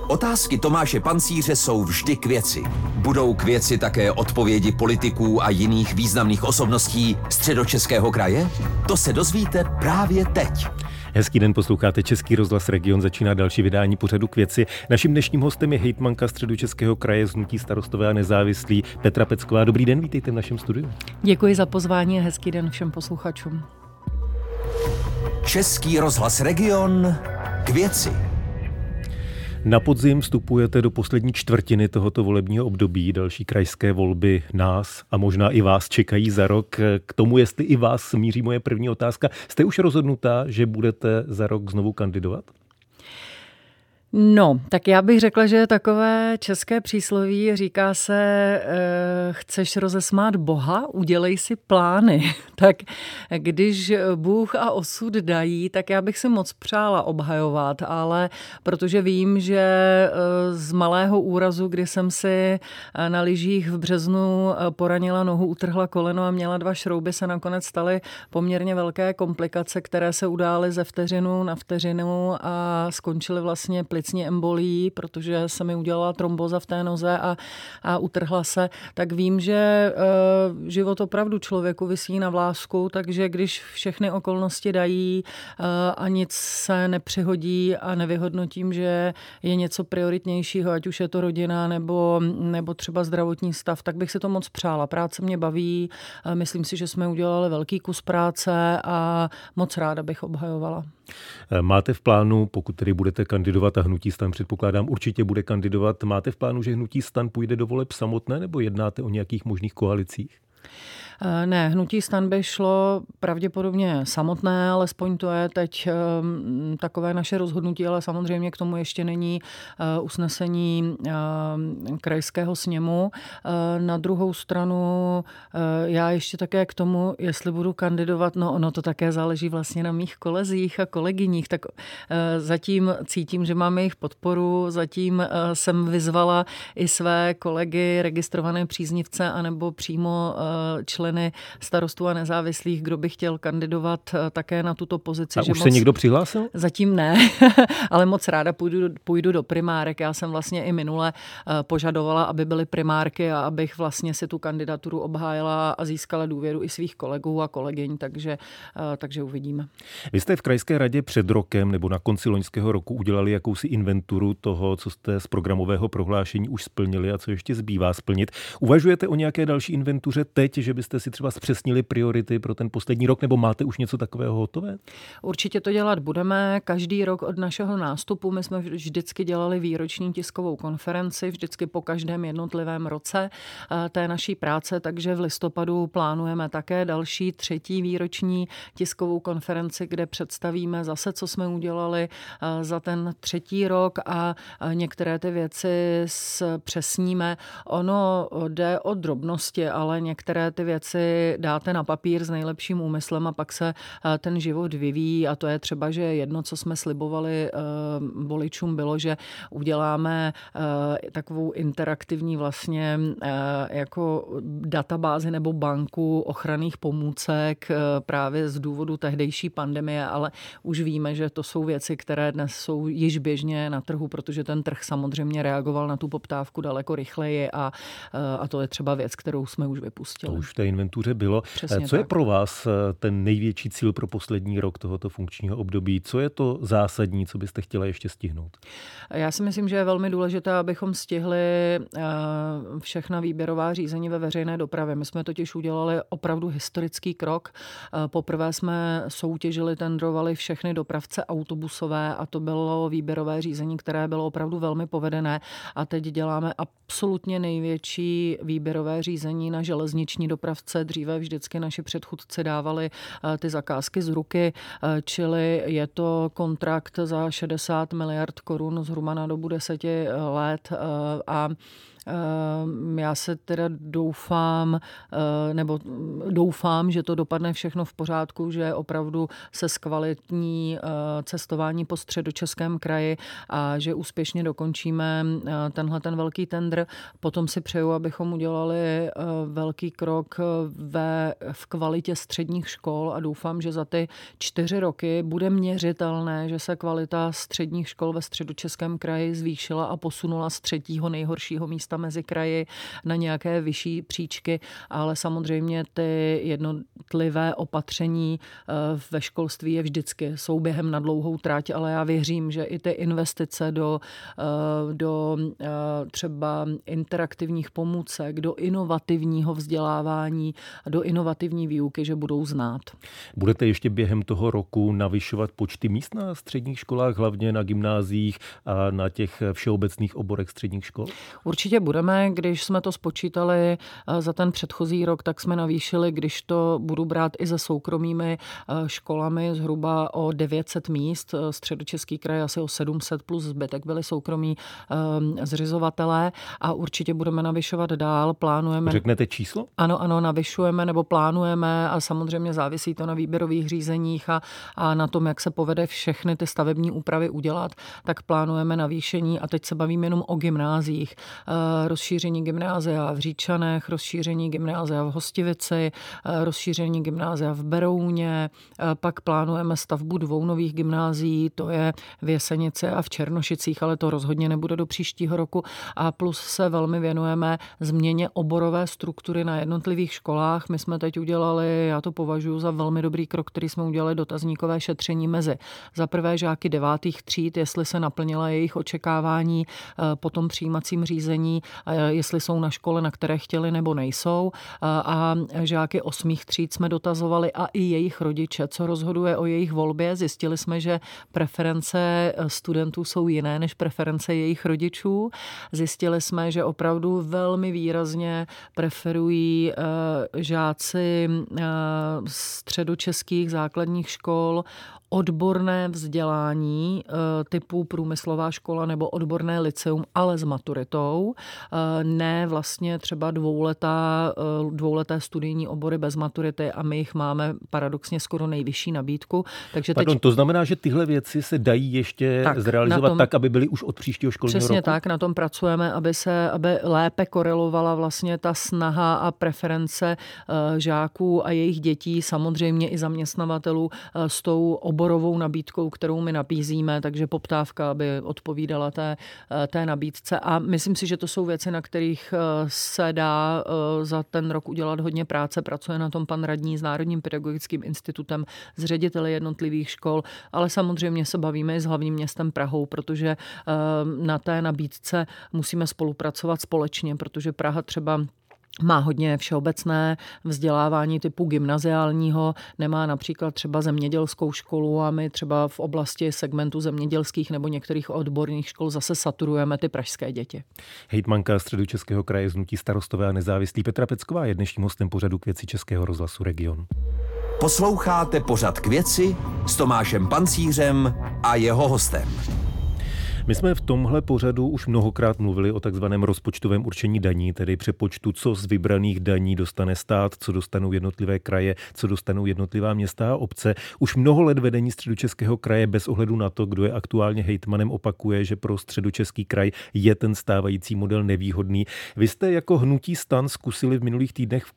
Otázky Tomáše Pancíře jsou vždy k věci. Budou k věci také odpovědi politiků a jiných významných osobností Středočeského kraje? To se dozvíte právě teď. Hezký den, posloucháte Český rozhlas Region, začíná další vydání pořadu K věci. Naším dnešním hostem je hejtmanka Středočeského kraje z hnutí Starostové a nezávislí Petra Pecková. Dobrý den, vítejte v našem studiu. Děkuji za pozvání a hezký den všem posluchačům. Český rozhlas Region K věci. Na podzim vstupujete do poslední čtvrtiny tohoto volebního období. Další krajské volby nás a možná i vás čekají za rok. K tomu, jestli i vás míří moje první otázka. Jste už rozhodnutá, že budete za rok znovu kandidovat? No, tak já bych řekla, že je takové české přísloví, říká se, chceš rozesmát Boha, udělej si plány. Tak když Bůh a osud dají, tak já bych si moc přála obhajovat, ale protože vím, že z malého úrazu, kdy jsem si na lyžích v březnu poranila nohu, utrhla koleno a měla 2 šrouby, se nakonec staly poměrně velké komplikace, které se udály ze vteřinu na vteřinu a skončily vlastně plicní embolí, protože se mi udělala tromboza v té noze a utrhla se, tak vím, že život opravdu člověku visí na vlásku, takže když všechny okolnosti dají a nic se nepřihodí a nevyhodnotím, že je něco prioritnějšího, ať už je to rodina nebo třeba zdravotní stav, tak bych si to moc přála. Práce mě baví, myslím si, že jsme udělali velký kus práce a moc ráda bych obhajovala. Máte v plánu, pokud tedy budete kandidovat a hnutí STAN, předpokládám, určitě bude kandidovat, máte v plánu, že hnutí STAN půjde do voleb samotné nebo jednáte o nějakých možných koalicích? Ne, hnutí STAN by šlo pravděpodobně samotné, alespoň to je teď takové naše rozhodnutí, ale samozřejmě k tomu ještě není usnesení krajského sněmu. Na druhou stranu já ještě také k tomu, jestli budu kandidovat, no ono to také záleží vlastně na mých kolezích a kolegyních, tak zatím cítím, že mám jejich podporu, zatím jsem vyzvala i své kolegy, registrované příznivce anebo přímo členy Starostů a nezávislých, kdo by chtěl kandidovat také na tuto pozici. A už se někdo přihlásil? Zatím ne, ale moc ráda půjdu do primárek. Já jsem vlastně i minule požadovala, aby byly primárky a abych vlastně si tu kandidaturu obhájila a získala důvěru i svých kolegů a kolegyň, takže uvidíme. Vy jste v krajské radě před rokem nebo na konci loňského roku udělali jakousi inventuru toho, co jste z programového prohlášení už splnili a co ještě zbývá splnit. Uvažujete o nějaké další inventuře teď, že byste si třeba zpřesnili priority pro ten poslední rok, nebo máte už něco takového hotové? Určitě to dělat budeme. Každý rok od našeho nástupu my jsme vždycky dělali výroční tiskovou konferenci, vždycky po každém jednotlivém roce té naší práce, takže v listopadu plánujeme také další 3. výroční tiskovou konferenci, kde představíme zase, co jsme udělali za ten 3. rok a některé ty věci zpřesníme. Ono jde o drobnosti, ale některé ty věci dáte na papír s nejlepším úmyslem a pak se ten život vyvíjí a to je třeba, že jedno, co jsme slibovali voličům, bylo, že uděláme takovou interaktivní vlastně jako databázi nebo banku ochranných pomůcek právě z důvodu tehdejší pandemie, ale už víme, že to jsou věci, které dnes jsou již běžně na trhu, protože ten trh samozřejmě reagoval na tu poptávku daleko rychleji a to je třeba věc, kterou jsme už vypustili. To už v té inventuře bylo. Přesně Co tak. je pro vás ten největší cíl pro poslední rok tohoto funkčního období? Co je to zásadní, co byste chtěla ještě stihnout? Já si myslím, že je velmi důležité, abychom stihli všechna výběrová řízení ve veřejné dopravě. My jsme totiž udělali opravdu historický krok. Poprvé jsme soutěžili, tendrovali všechny dopravce autobusové a to bylo výběrové řízení, které bylo opravdu velmi povedené. A teď děláme absolutně největší výběrové řízení na železniční dopravce. Dříve vždycky naši předchůdci dávali ty zakázky z ruky, čili je to kontrakt za 60 miliard korun zhruba na dobu 10 let a Já se teda doufám, že to dopadne všechno v pořádku, že opravdu se zkvalitní cestování po Středočeském kraji a že úspěšně dokončíme ten velký tendr. Potom si přeju, abychom udělali velký krok v kvalitě středních škol a doufám, že za ty 4 roky bude měřitelné, že se kvalita středních škol ve Středočeském kraji zvýšila a posunula z 3. nejhoršího místa mezi kraji na nějaké vyšší příčky, ale samozřejmě ty jednotlivé opatření ve školství jsou během na dlouhou trať, ale já věřím, že i ty investice do třeba interaktivních pomůcek, do inovativního vzdělávání, do inovativní výuky, že budou znát. Budete ještě během toho roku navyšovat počty míst na středních školách, hlavně na gymnáziích a na těch všeobecných oborech středních škol? Určitě budeme. Když jsme to spočítali za ten předchozí rok, tak jsme navýšili, když to budu brát i se soukromými školami, zhruba o 900 míst. Středočeský kraj asi o 700 plus zbytek byli soukromí zřizovatelé a určitě budeme navyšovat dál. Plánujeme. Řeknete číslo? Ano, navyšujeme nebo plánujeme a samozřejmě závisí to na výběrových řízeních a na tom, jak se povede všechny ty stavební úpravy udělat, tak plánujeme navýšení a teď se bavím jenom o gymnáziích. Rozšíření gymnázia v Říčanech, rozšíření gymnázia v Hostivici, rozšíření gymnázia v Berouně, pak plánujeme stavbu 2 nových gymnázií, to je v Jesenici a v Černošicích, ale to rozhodně nebude do příštího roku a plus se velmi věnujeme změně oborové struktury na jednotlivých školách. My jsme teď udělali, já to považuji za velmi dobrý krok, který jsme udělali, dotazníkové šetření mezi za prvé žáky 9. tříd, jestli se naplnila jejich očekávání po tom přijímacím řízení, jestli jsou na škole, na které chtěli nebo nejsou. A žáky 8. tříd jsme dotazovali a i jejich rodiče, co rozhoduje o jejich volbě. Zjistili jsme, že preference studentů jsou jiné než preference jejich rodičů. Zjistili jsme, že opravdu velmi výrazně preferují žáci středočeských základních škol odborné vzdělání typu průmyslová škola nebo odborné lyceum, ale s maturitou. Ne vlastně třeba dvouleté studijní obory bez maturity a my jich máme paradoxně skoro nejvyšší nabídku. Takže to znamená, že tyhle věci se dají ještě zrealizovat tak, aby byly už od příštího školního roku? Přesně tak, na tom pracujeme, aby lépe korelovala vlastně ta snaha a preference žáků a jejich dětí, samozřejmě i zaměstnavatelů s tou oborovou nabídkou, kterou my nabízíme, takže poptávka, aby odpovídala té nabídce. A myslím si, že to jsou věci, na kterých se dá za ten rok udělat hodně práce. Pracuje na tom pan radní s Národním pedagogickým institutem, s řediteli jednotlivých škol, ale samozřejmě se bavíme i s hlavním městem Prahou, protože na té nabídce musíme spolupracovat společně, protože Praha třeba má hodně všeobecné vzdělávání typu gymnaziálního, nemá například třeba zemědělskou školu a my třeba v oblasti segmentu zemědělských nebo některých odborných škol zase saturujeme ty pražské děti. Hejtmanka Středočeského kraje z hnutí Starostové a nezávislí Petra Pecková je dnešním hostem pořadu K věci Českého rozhlasu Region. Posloucháte pořad K věci s Tomášem Pancířem a jeho hostem. My jsme v tomhle pořadu už mnohokrát mluvili o takzvaném rozpočtovém určení daní, tedy přepočtu, co z vybraných daní dostane stát, co dostanou jednotlivé kraje, co dostanou jednotlivá města a obce. Už mnoho let vedení Středočeského kraje bez ohledu na to, kdo je aktuálně hejtmanem, opakuje, že pro Středočeský kraj je ten stávající model nevýhodný. Vy jste jako hnutí STAN zkusili v minulých týdnech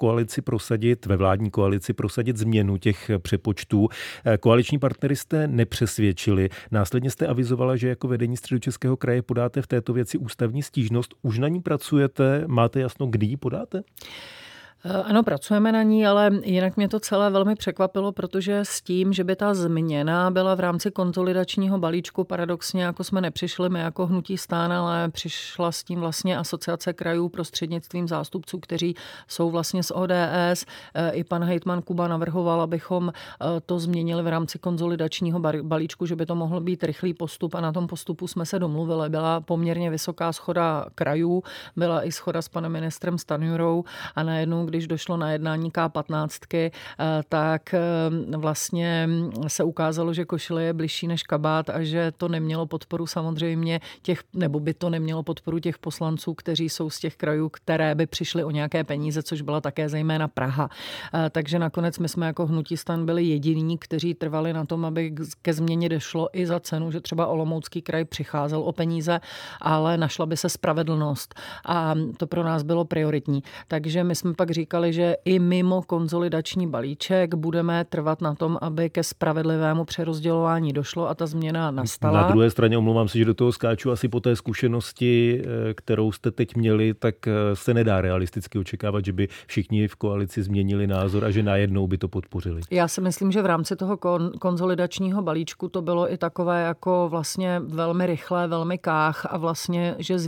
ve vládní koalici prosadit změnu těch přepočtů. Koaliční partnery jste nepřesvědčili. Následně jste avizovala, že jako vedení Středočeského kraje podáte v této věci ústavní stížnost. Už na ní pracujete? Máte jasno, kdy ji podáte? Ano, pracujeme na ní, ale jinak mě to celé velmi překvapilo, protože s tím, že by ta změna byla v rámci konsolidačního balíčku, paradoxně jako jsme nepřišli my jako hnutí STAN, ale přišla s tím vlastně Asociace krajů prostřednictvím zástupců, kteří jsou vlastně z ODS. I pan hejtman Kuba navrhoval, abychom to změnili v rámci konsolidačního balíčku, že by to mohl být rychlý postup a na tom postupu jsme se domluvili. Byla poměrně vysoká shoda krajů, byla i shoda s panem ministrem Stanjurou a najednou, když došlo na jednání K15, tak vlastně se ukázalo, že košile je bližší než kabát a že to nemělo podporu samozřejmě nebo by to nemělo podporu těch poslanců, kteří jsou z těch krajů, které by přišly o nějaké peníze, což byla také zejména Praha. Takže nakonec my jsme jako hnutí STAN byli jediní, kteří trvali na tom, aby ke změně došlo i za cenu, že třeba Olomoucký kraj přicházel o peníze, ale našla by se spravedlnost. A to pro nás bylo prioritní. Takže my jsme pak říkali, že i mimo konsolidační balíček budeme trvat na tom, aby ke spravedlivému přerozdělování došlo a ta změna nastala. Na druhé straně, omlouvám se, že do toho skáču, asi po té zkušenosti, kterou jste teď měli, tak se nedá realisticky očekávat, že by všichni v koalici změnili názor a že najednou by to podpořili. Já si myslím, že v rámci toho konsolidačního balíčku to bylo i takové jako vlastně velmi rychlé, velmi kách a vlastně, že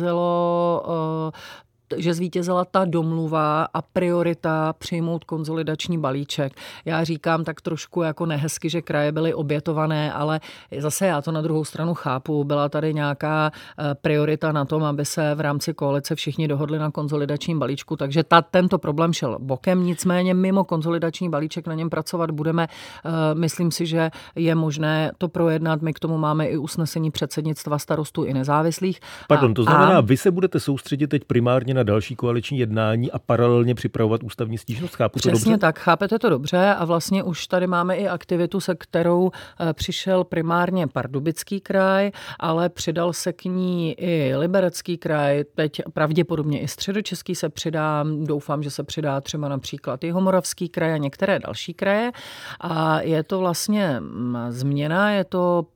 zvítězila ta domluva a priorita přijmout konsolidační balíček. Já říkám tak trošku jako nehezky, že kraje byly obětované, ale zase já to na druhou stranu chápu. Byla tady nějaká priorita na tom, aby se v rámci koalice všichni dohodli na konsolidačním balíčku, takže tento problém šel bokem. Nicméně mimo konsolidační balíček na něm pracovat budeme. Myslím si, že je možné to projednat. My k tomu máme i usnesení předsednictva Starostů i nezávislých. Pardon, to znamená, vy se budete soustředit teď primárně na další koaliční jednání a paralelně připravovat ústavní stížnost. Chápu to dobře? Přesně tak, chápete to dobře a vlastně už tady máme i aktivitu, se kterou přišel primárně Pardubický kraj, ale přidal se k ní i Liberecký kraj, teď pravděpodobně i Středočeský se přidá, doufám, že se přidá třeba například Jihomoravský kraj a některé další kraje a je to vlastně změna, je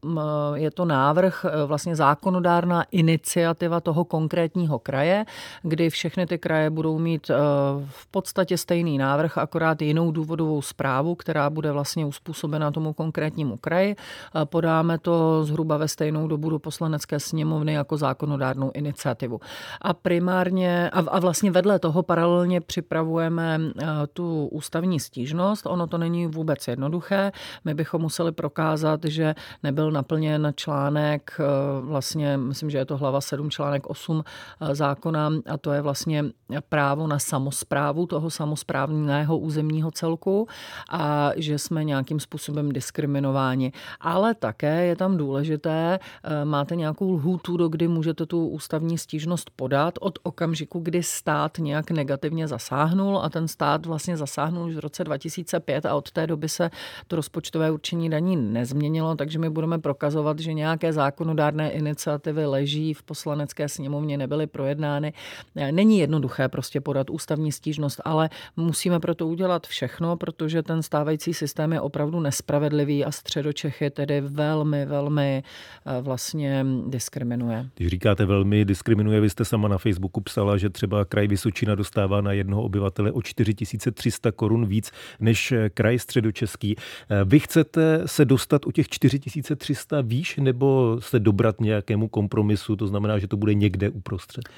to návrh, vlastně zákonodárná iniciativa toho konkrétního kraje, kdy všechny ty kraje budou mít v podstatě stejný návrh, akorát jinou důvodovou zprávu, která bude vlastně uspůsobena tomu konkrétnímu kraji. Podáme to zhruba ve stejnou dobu do Poslanecké sněmovny jako zákonodárnou iniciativu. A primárně, a vlastně vedle toho paralelně připravujeme tu ústavní stížnost. Ono to není vůbec jednoduché. My bychom museli prokázat, že nebyl naplněn článek, vlastně myslím, že je to hlava 7, článek 8 zákona, a to je vlastně právo na samosprávu toho samosprávného územního celku a že jsme nějakým způsobem diskriminováni. Ale také je tam důležité, máte nějakou lhůtu, do kdy můžete tu ústavní stížnost podat od okamžiku, kdy stát nějak negativně zasáhnul a ten stát vlastně zasáhnul už v roce 2005 a od té doby se to rozpočtové určení daní nezměnilo, takže my budeme prokazovat, že nějaké zákonodárné iniciativy leží v Poslanecké sněmovně, nebyly projednány. Není jednoduché prostě podat ústavní stížnost, ale musíme pro to udělat všechno, protože ten stávající systém je opravdu nespravedlivý a Středočechy tedy velmi, velmi vlastně diskriminuje. Když říkáte velmi diskriminuje, vy jste sama na Facebooku psala, že třeba kraj Vysočina dostává na jednoho obyvatele o 4300 korun víc než kraj Středočeský. Vy chcete se dostat o těch 4300 výš nebo se dobrat nějakému kompromisu, to znamená, že to bude někde uprostřed?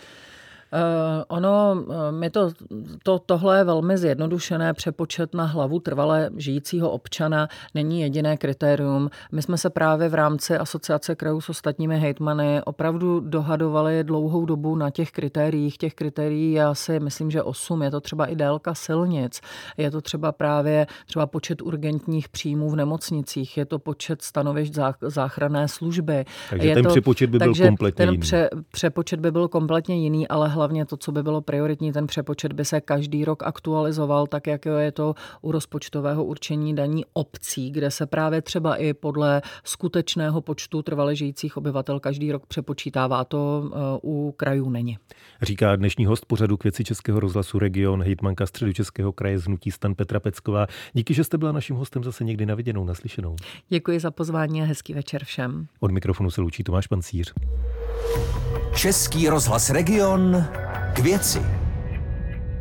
Tohle je velmi zjednodušené. Přepočet na hlavu trvale žijícího občana není jediné kritérium. My jsme se právě v rámci Asociace krajů s ostatními hejtmany opravdu dohadovali dlouhou dobu na těch kritériích. Těch kritérií já si myslím, že 8. Je to třeba i délka silnic. Je to třeba počet urgentních příjmů v nemocnicích. Je to počet stanovišť záchranné služby. Takže ten přepočet by byl kompletně jiný. Přepočet by byl kompletně jiný, ale hlavně to, co by bylo prioritní, ten přepočet by se každý rok aktualizoval, tak jak je to u rozpočtového určení daní obcí, kde se právě třeba i podle skutečného počtu trvale žijících obyvatel každý rok přepočítává. To u krajů není. Říká dnešní host pořadu K věci Českého rozhlasu Region, hejtmanka Středočeského kraje z hnutí STAN Petra Pecková. Díky, že jste byla naším hostem, zase někdy na viděnou, naslyšenou. Děkuji za pozvání a hezký večer všem. Od mikrofonu se loučí Tomáš Pancíř. Český rozhlas Region, K věci.